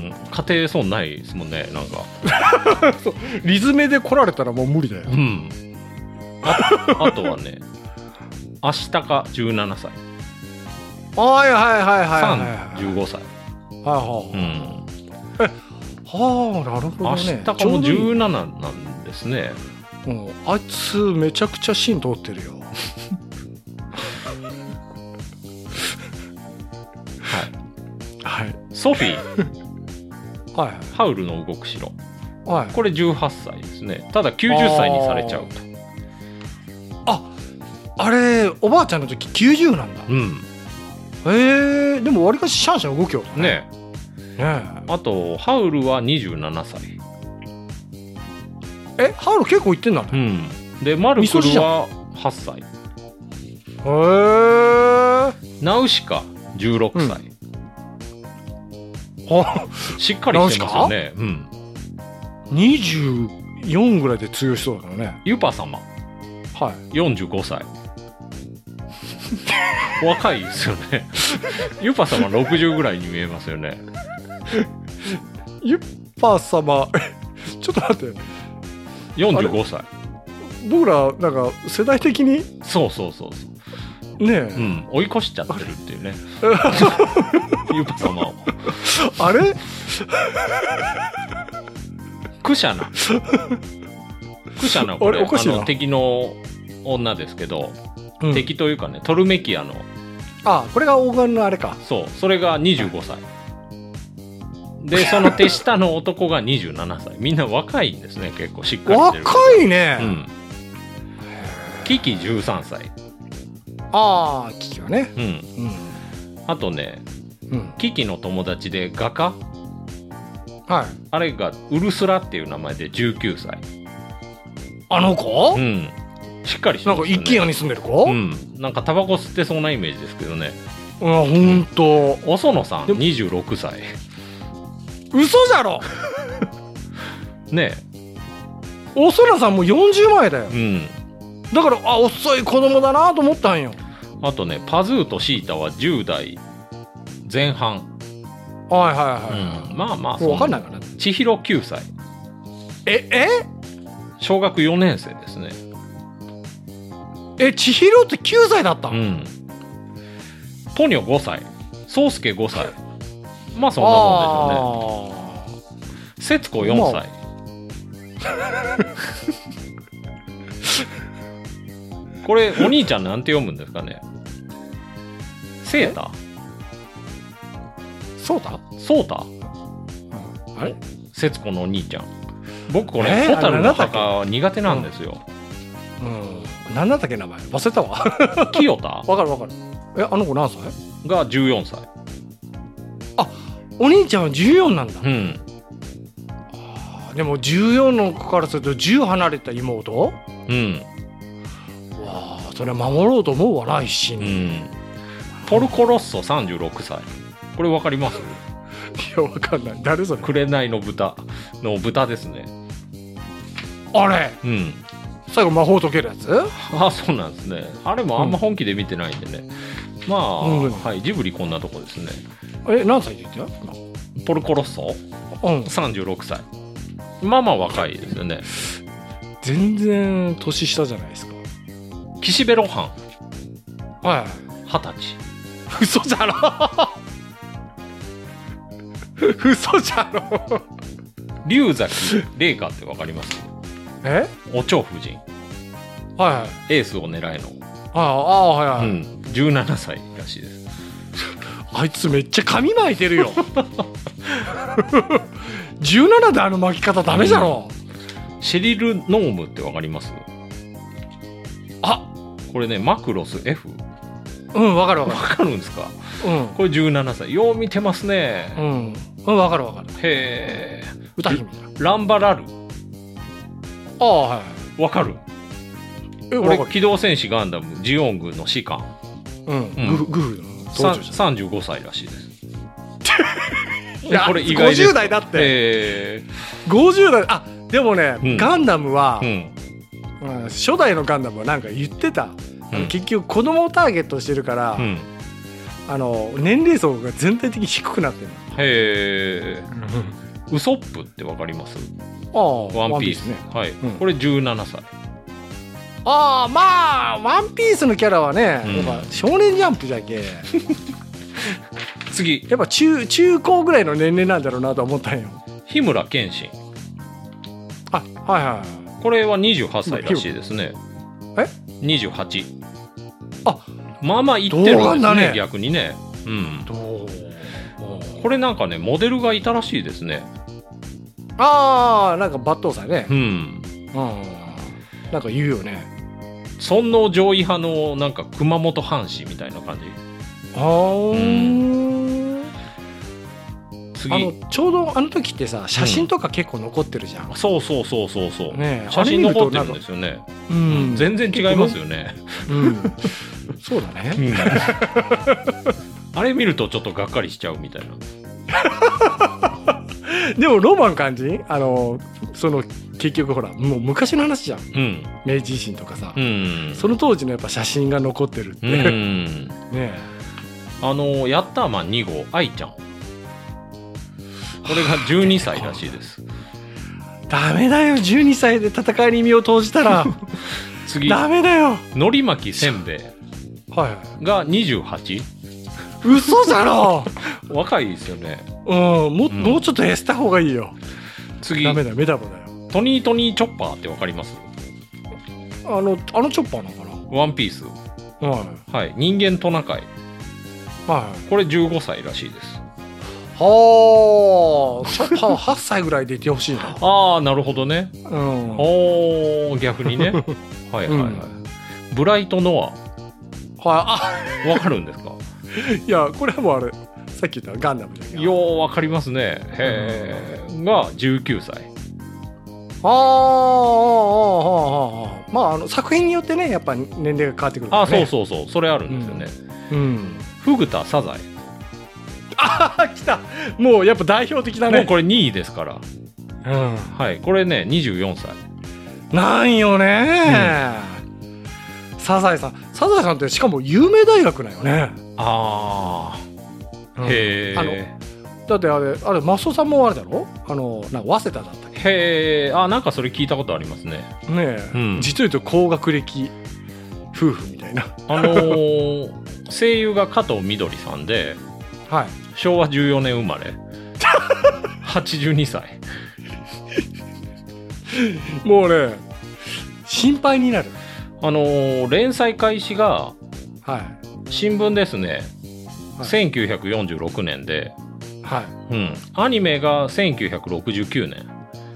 家庭損ないですもんね、なんか。 そう、リズメで来られたらもう無理だよ。 うん。あ, あとはね、アシタカじゅうななさい。 はいはいはいはいはい。 サンじゅうごさい。 はいはい。 うん。 え、はあ、なるほどね。 アシタカもじゅうなななんですね。 うん、あいつめちゃくちゃ芯通ってるよ。はい。 ソフィー、はい、 ハウルの動く城、 はい、 これじゅうはっさいですね。ただきゅうじゅっさいにされちゃうと。 あ、あれおばあちゃんの時きゅうじゅうなんだ。 うん。 えー、でもわりかしシャンシャン動きよね。 ねえ。ねえ。あとハウルはにじゅうななさい。 え、ハウル結構いってんだね。 うん。でマルクルははっさい。へえ。 ナウシカじゅうろくさい。 うん、 しっかりしてますよね。うん。 にじゅうよんぐらいで強い人だからね。 ユパ様、 はい、 よんじゅうごさい。若いですよね。ユパ様ろくじゅうぐらいに見えますよね。 ユパ様ちょっと待って、 よんじゅうごさい。 僕らなんか世代的にそうそうそうそうねえ、 うん、追い越しちゃってるっていうね。ユパ様をあれクシャナクシャナこれああの敵の女ですけど、うん、敵というかね、トルメキアの、 あ、これが黄金のあれか。 そう、それがにじゅうごさいで、その手下の男がにじゅうななさい。みんな若いんですね、結構しっかりしてる。 若いね。 うん。キキじゅうさんさい。 ああ、キキはね。 うん。うん、あとね、うん、キキの友達で画家、 はい、 あれがウルスラっていう名前でじゅうきゅうさい。 あの子？ うん。しっかりしてますね。 なんか一軒家に住んでる子？ うん。なんかタバコ吸ってそうなイメージですけどね。 あ、ほんと。 おそのさんにじゅうろくさい。 嘘じゃろ。 ねえ。おそのさんもよんじゅうまえだよ。 うん。 だから、あ、遅い子供だなと思ったんよ。 あとね、パズーとシータはじゅうだいぜん半。 はいはいはい、 うん、まあまあ、 もう分かんないかな。 千尋きゅうさい。 え、え小学よねん生ですね。 え、千尋ってきゅうさいだった？ うん。トニョごさい。宗介ごさい。まあそんなもんでしょうね。節子よんさい。これお兄ちゃんなんて読むんですかね。セータソータソータあれ節子のお兄ちゃん。僕これ、 えー、 ホタルの墓苦手なんですよ。 うん。うん、何だったっけ名前忘れたわ。 清田わかるわかる。え、あの子何歳がじゅうよんさい。 あ、お兄ちゃんはじゅうよんなんだ。 うん。 あ、でもじゅうよんの子からするとじゅう離れた妹。 うん。 わあ、それ守ろうと思うわな一心に。うん。 ポルコロッソさんじゅうろくさい。これわかります？ いや、わかんない。誰それ？ 紅の豚の豚ですね。 あれ、 うん。 最後魔法解けるやつ？ あ、そうなんですね。あれもあんま本気で見てないんでね。うん、まあ、うん、はい、ジブリこんなとこですね。 え、何歳で言ってた？ ポルコロッソ？うん。さんじゅうろくさい。まあまあ若いですよね。 全然年下じゃないですか。 岸辺露伴。 はい。 二十歳。 嘘じゃろ。嘘じゃろ。 龍崎麗華ってわかります？ え？ お蝶夫人。 はい。 エースを狙えの。 ああ、はいはい。 うん。じゅうななさいらしいです。 あいつめっちゃ髪巻いてるよ。じゅうななであの巻き方ダメじゃろ。 うん、シェリル・ノームってわかります？ あ、 これね、マクロス F。 うん、わかるわかる。 わかるんですか？うん。これじゅうななさい。よう見てますね。 うん。うん、わかるわかる。 へえ。 歌姫だ。 ランバラル。 ああ、はい。 わかる？え、これ機動戦士ガンダムジオン軍の士官。 うん。うん、グフ、グフのさんじゅうごさいらしいです。 いや、これ意外です。ごじゅう代だって。えー、ごじゅう代。あ、でもね、うん、ガンダムは、うんうん、初代のガンダムはなんか言ってた。うん、結局子供をターゲットしてるから、うん、あの年齢層が全体的に低くなってる。 へえ。ウソップってわかります？ ああ、 ワンピースね。はい、うん、これじゅうななさい。 ああ、まあワンピースのキャラはね、うん、やっぱ少年ジャンプじゃけ。 次、 やっぱ中中高ぐらいの年齢なんだろうなと思ったんよ。 日村謙信。 あ、はいはい。 これはにじゅうはっさいらしいですね。 え？ にじゅうはち。 あ、 まあまあいってるんですね、逆にね。うん。これなんかね、モデルがいたらしいですね。 ああ、なんか抜刀斎ね。 うん。うん。 なんか言うよね。 尊王攘夷派のなんか熊本藩士みたいな感じ。 ああ、うん。次、あのちょうどあの時ってさ、写真とか結構残ってるじゃん。 うん、そうそうそうそうそう。 ね、 写真残ってるんですよね。うん。全然違いますよね。 うん。そうだね。うん、 あれ見るとちょっとがっかりしちゃうみたいな。 でもロマン感じ？あのその結局ほらもう昔の話じゃん。うん、明治維新とかさ、うん、その当時のやっぱ写真が残ってるって。うん、ね。 あのヤッターマンに号愛ちゃん。これがじゅうにさいらしいです。 ダメだよ、じゅうにさいで戦いに身を投じたら。 次、 ダメだよ。 のり巻きせんべいがにじゅうはち。 嘘じゃろ。 若いですよね。 うん、も、うん、もうちょっと痩せた方がいいよ。 次、 ダメだよ、メダボだよ。 トニートニーチョッパーってわかります？ あのあのチョッパーなのかな。 ワンピース。 はい、 はい、人間トナカイ。はい、これじゅうごさいらしいです。 はあ、チョッパーははっさいぐらいでいてほしいな。 ああ、なるほどね。うん、おー、逆にね。はいはいはい、うん、ブライトノア。はい、あ、わかるんですか？ いや、これはもうあれさっき言ったガンダムだけど。 ようわかりますね。へえ、うん、がじゅうきゅうさい。 ああ、まああの作品によってね、やっぱ年齢が変わってくるからね。 あ、そうそうそう、それあるんですよね。うん。うん、フグタサザエ。 ああ、来た。もうやっぱ代表的だね。 もうこれにいですから。うん。はい、これねにじゅうよんさい。 なんよね、うん。サザエさん、サザエさんってしかも有名大学だよね。 ああ、うん、へえ。あのだってあれあれマスオさんもあれだろ、あのなんか早稲田だったっけ。 へえ。あ、なんかそれ聞いたことありますね。 ねえ、うん、実を言うと高学歴夫婦みたいな。 あのー、声優が加藤みどりさんで、はい、しょうわじゅうよねん生まれ。はちじゅうにさい。 もうね心配になる。 あのー、連載開始が、はい、新聞ですね、はい、せんきゅうひゃくよんじゅうろくねんで、 はい。 うん。アニメがせんきゅうひゃくろくじゅうきゅうねん。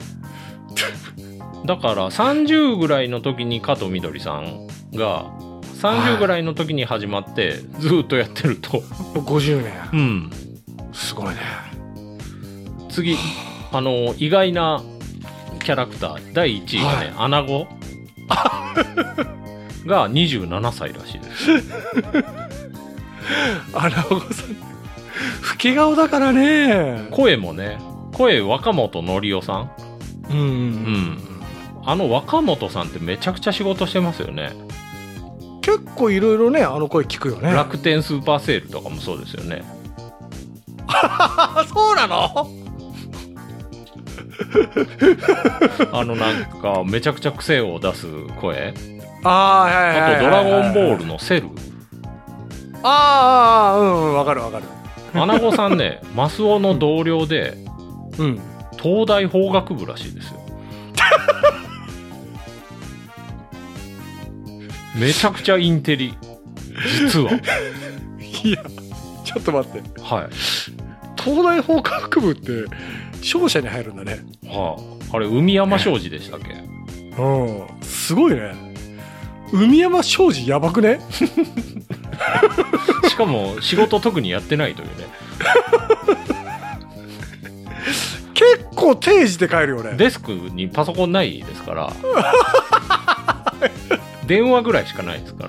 だからさんじゅうぐらいの時に加藤みどりさんがさんじゅうぐらいの時に始まって、はい、ずっとやってるとごじゅうねん。 うん。 すごいね。 次、あの意外なキャラクターだいいちいがね、アナゴがにじゅうななさいらしいです。 アナゴさん老け顔だからね。 声もね、声若本のりおさん。 うん、うん、うん。 あの若本さんってめちゃくちゃ仕事してますよね。 結構いろいろね、あの声聞くよね。 楽天スーパーセールとかもそうですよね。 そうなの？ あのなんかめちゃくちゃ癖を出す声。 あー、はいはいはいはい、 あとドラゴンボールのセル。 ああ、うん、わかるわかる。 アナゴさんね、マスオの同僚で、 うん、 東大法学部らしいですよ。めちゃくちゃインテリ、実は。 いや、ちょっと待って。 はい。 東大法学部って商社に入るんだね。 はあ、あれ海山商事でしたっけ？ うん、すごいね。海山商事やばくね？ しかも仕事特にやってないというね。 結構定時で帰るよね。 デスクにパソコンないですから。電話ぐらいしかないですから。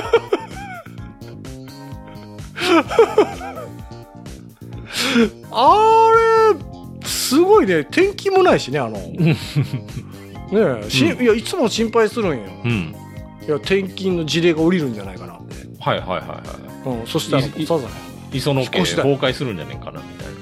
あれすごいね。転勤もないしね、あのねえ、し、うん、いやいつも心配するんよ、うん、いや転勤の事例が降りるんじゃないかなって。 はいはいはいはい、 うん、そしたらさざね磯野家崩壊するんじゃねえかなみたい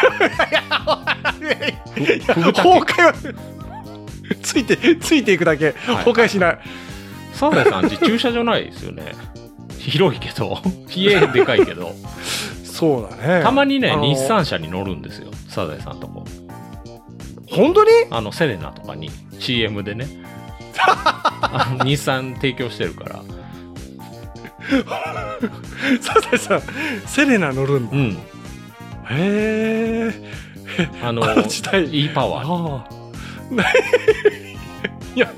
な。 崩壊はついてついていくだけ、崩壊しない。 サザエさんち駐車場ないですよね。広いけど家でかいけど。 そうだね。 たまにね、あのー、日産車に乗るんですよ、サザエさんとこ。 本当に？ あのセレナとかに シーエム でね。あの日産提供してるから。 サザエさんセレナ乗るんだ。うん。へえ。 あのいいパワー。 いや。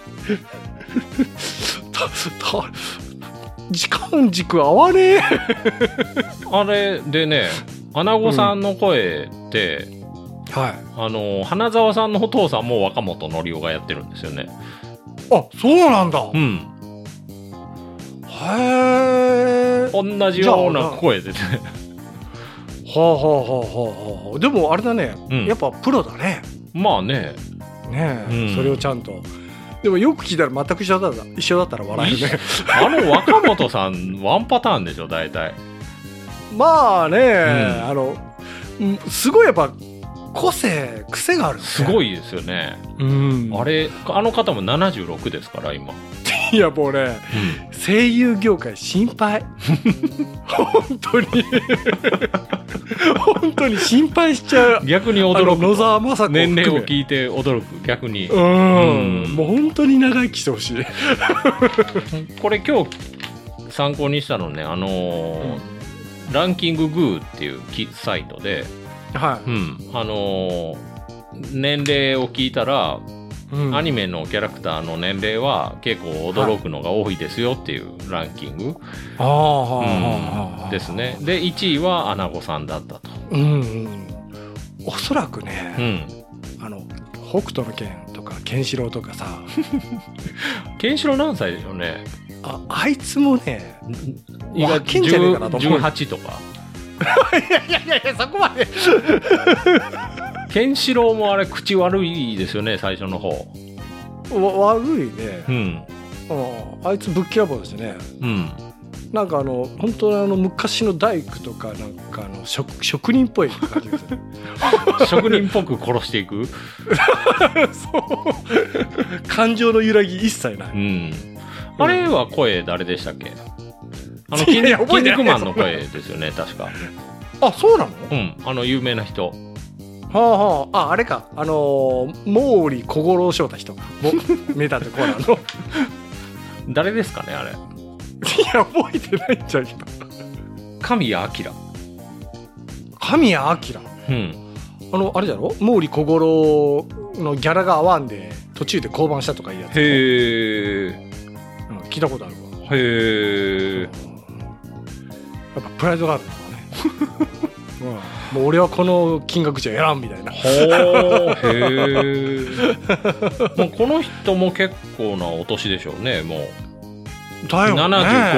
たた時間軸合わねえ。 あれでね、アナゴさんの声って、 うん、はい、 あの花澤さんのお父さんも若本のりおがやってるんですよね。 あ、そうなんだ。 うん。 へえ。 同じような声でね。 はあはあはあはあ。でもあれだね、うん、やっぱプロだね。 まあね。 ねえ、うん、それをちゃんと。でもよく聞いたら全く一緒だった一緒だったら笑えるね。 あの若本さんワンパターンでしょ大体。 まあね、うん、あのすごいやっぱ個性癖がある、ね、 すごいですよね。うん、あれあの方もななじゅうろくですから今。 いやもうね、うん、声優業界心配。本当に本当に心配しちゃう。 逆に驚く。 野沢雅子年齢を聞いて驚く。逆にうん、うん、もう本当に長生きしてほしい。 これ今日参考にしたのね、あのーうん、ランキンググーっていうサイトで、はい、うん、あのー、年齢を聞いたら、うん、アニメのキャラクターの年齢は結構驚くのが多いですよっていうランキング、はい、うん、ですね。でいちいはアナゴさんだったと。うんうん、 おそらくね、うん、あの北斗の拳とかケンシロウとかさ。 ケンシロウ何歳でしょうね。 あ, あいつもね若けんじゃねえかなと思う。じゅうはちとか。 いやいやいやいやそこまで。 ケンシロウもあれ口悪いですよね最初の方。 わ悪いね。 うん。 あ, あいつぶっきらぼうですね。うん。なんかあの本当にあの昔の大工とかなんかあの 職, 職人っぽい感じですね。 職人っぽく殺していく。そう。 感情の揺らぎ一切ない。 うん。あれは声誰でしたっけ？あの筋肉マンの声ですよね確か。 あ、そうなの？ うん。あの有名な人。 はあはあ、あ、あれか、あのー、毛利小五郎翔太人が名探偵コナンの。 誰ですかねあれ。 いや覚えてないんじゃけど。 神谷明。 神谷明、 うん、 あのあれだろ、毛利小五郎のギャラが合わんで途中で降板したとかいうやつ。 へえ、 うん、聞いたことあるわ。 へえ、 やっぱプライドがあるんだね、うん、もう俺はこの金額じゃやらんみたいな。 ほー、へえ。もうこの人も結構なお年でしょうね、もうだよね。 ななじゅう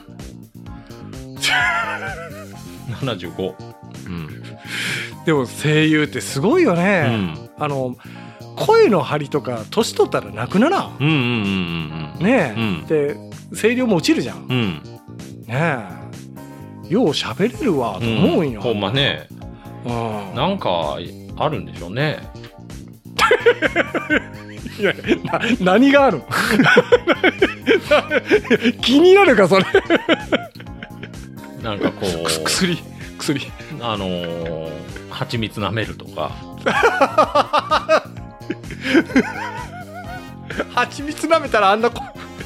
ご ななじゅうご、うん、 でも声優ってすごいよね、 うん、あの声の張りとか年取ったらなくならん、 うんうんうんうん、 ねえ、 うん、 で声量も落ちるじゃん、 うん、 ねえ、よう喋れるわと思うんよ、 うん、ほんまね、 うん、 なんかあるんでしょうね。 いやな何がある気になるかそれ。 なんかこう薬薬あのー、蜂蜜舐めるとか。 蜂蜜舐めたらあんな声。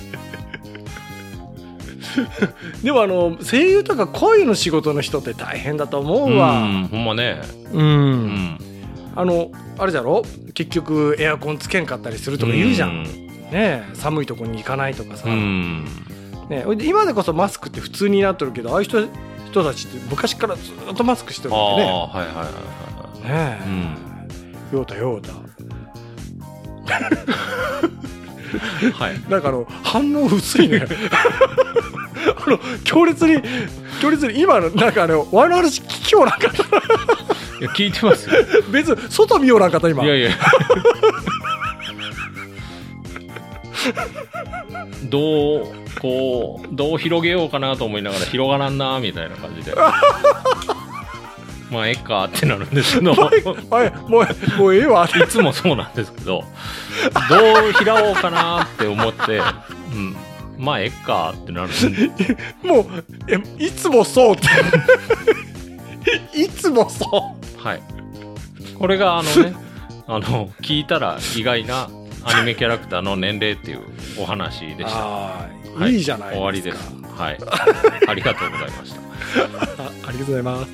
でもあの声優とか声の仕事の人って大変だと思うわ。 うん、ほんまね。 うん、うん、 あのあれだろ、結局エアコンつけんかったりするとか言うじゃん、うん、ね、寒いとこに行かないとかさ、うん、ね、今でこそマスクって普通になってるけど、ああいう人人たちって昔からずっとマスクしてるんだよね。あ、はいはいはいはい、ねえ、うん、ようたようた。はい、なんかあの反応薄いね。あの強烈に強烈に今のなんかあのワイの話聞きようなんかった。 いや聞いてますよ。 別に外見ようなんかった今。いやいや。 どうこうどう広げようかなと思いながら広がらんなみたいな感じで。まあええかってなるんですけど、もうもうええわ。 いつもそうなんですけど、どう拾おうかなって思って、うん、まあええかってなるんで。 もうえいつもそうって。いつもそう。 はい。これがあのね、あの聞いたら意外なアニメキャラクターの年齢っていうお話でした。 あ、 はい、 いいじゃないですか。 終わりです。はい。ありがとうございました。 あ, ありがとうございます。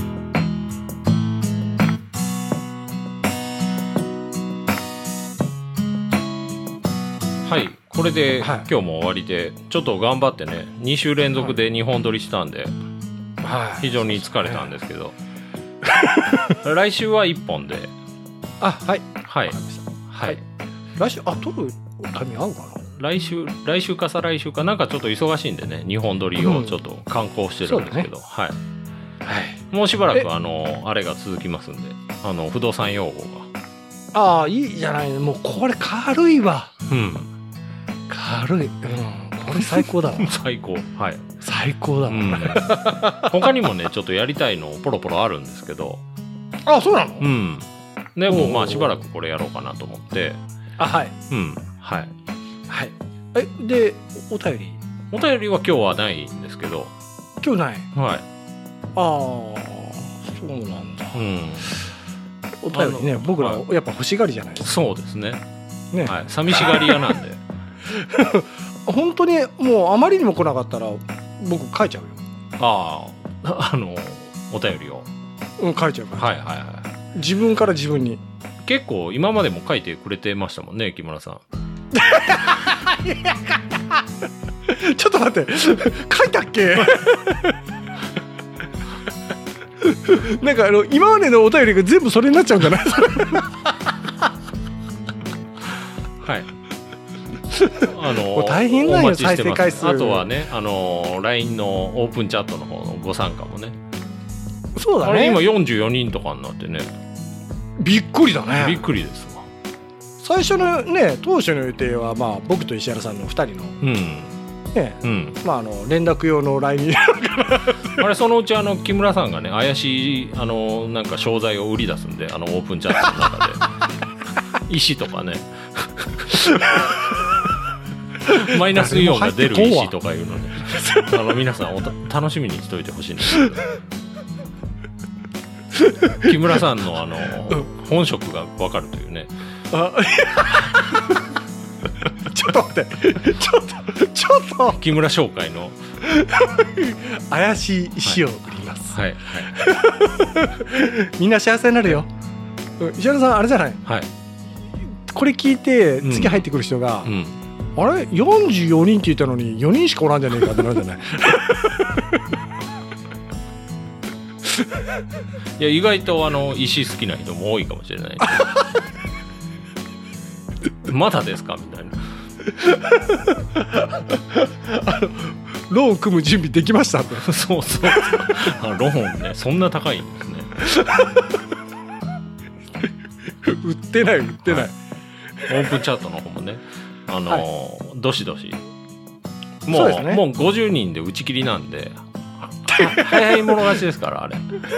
はい、これで、はい、今日も終わりで、ちょっと頑張ってね、に週連続でにほん撮りしたんで、はい、非常に疲れたんですけど、はい、来週はいっぽんで、 あ、はいはい、 はい、来週、あ、撮るタイミング合うかな。 来週、来週か再来週かなんかちょっと忙しいんでね、にほん撮りをちょっと観光してるんですけど、うん、はい、はい、もうしばらくあのあれが続きますんで、あの不動産用語が、ああ、いいじゃない、もうこれ軽いわ。 うん。 軽い、うん、これ最高だわ。 最高、はい、 最高だわ、うん、 他にもねちょっとやりたいのポロポロあるんですけど。 あ、そうなの。 うん。でもまあしばらくこれやろうかなと思って。 あ、はい、 うん、はいはい。えでお便りお便りは今日はないんですけど。 今日ない。 はい。 ああ、そうなんだ。 うん。 お便りね、僕らやっぱ欲しがりじゃないですか。 そうですね。ね、はい、寂しがり屋なんで。 本当にもうあまりにも来なかったら僕書いちゃうよ。 ああ、あのお便りを。 うん、書いちゃうから。 はいはいはい。 自分から自分に。 結構今までも書いてくれてましたもんね、木村さん。 ちょっと待って、書いたっけ？なんかあの今までのお便りが全部それになっちゃうんじゃない？はい。あの大変なんよ、再生回数。 あとはね、あの ライン のオープンチャットの方のご参加もね。 そうだね。 あれ今よんじゅうよにんとかになってね。 びっくりだね。 びっくりですわ。 最初のね、当初の予定はまあ僕と石原さんのふたりの、うん、ね、うん、まああの連絡用の ライン にあれそのうちあの木村さんがね怪しいあのなんか商材を売り出すんで、あのオープンチャットの中で石とかね。マイナスイオンが出る石とかいうのね、あの皆さんおた楽しみにしといてほしいんですけど。木村さんのあの、うん、本職が分かるというね。あちょっと待って、ちょっとちょっと木村商会の怪しい石を売ります。 はい、はい、 みんな幸せになるよ。石原さんあれじゃない、 はい、 これ聞いて次入ってくる人が、うんうん、あれよんじゅうよにんって言ったのによにんしかおらんじゃねえかってなるんじゃないいや意外とあの石好きな人も多いかもしれないまだですかみたいなあのローン組む準備できましたってそうそうあローンねそんな高いんですね売ってない売ってない、はい、 オープンチャートの方もねあのーはい、どしどしも う, う、ね、もうごじゅうにんで打ち切りなんで早い者勝ちですからあれ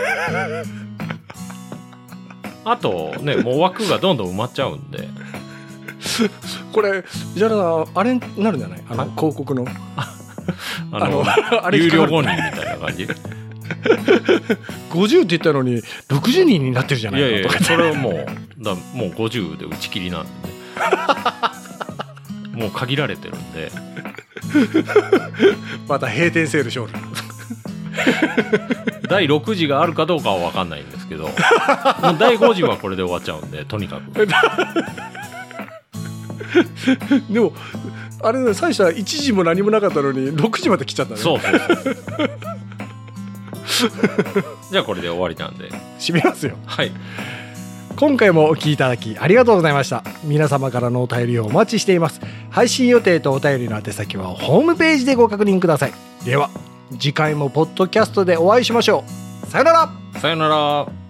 あとねもう枠がどんどん埋まっちゃうんでこれじゃああれになるんじゃないあの広告のあのあの有料ごにんみたいな感じごじゅうって言ったのにろくじゅうにんになってるじゃないかとか。 いやいやそれはもうだもうごじゅうで打ち切りなんでねもう限られてるんでまた閉店セール勝利だいろくじがあるかどうかは分かんないんですけどもうだいごじはこれで終わっちゃうんでとにかくでもあれね最初はいちじも何もなかったのにろくじまで来ちゃったね。 そうそうそうじゃあこれで終わりなんで締めますよ。 はい、 今回もお聞きいただきありがとうございました。皆様からのお便りをお待ちしています。配信予定とお便りの宛先はホームページでご確認ください。では次回もポッドキャストでお会いしましょう。さよなら。 さよなら。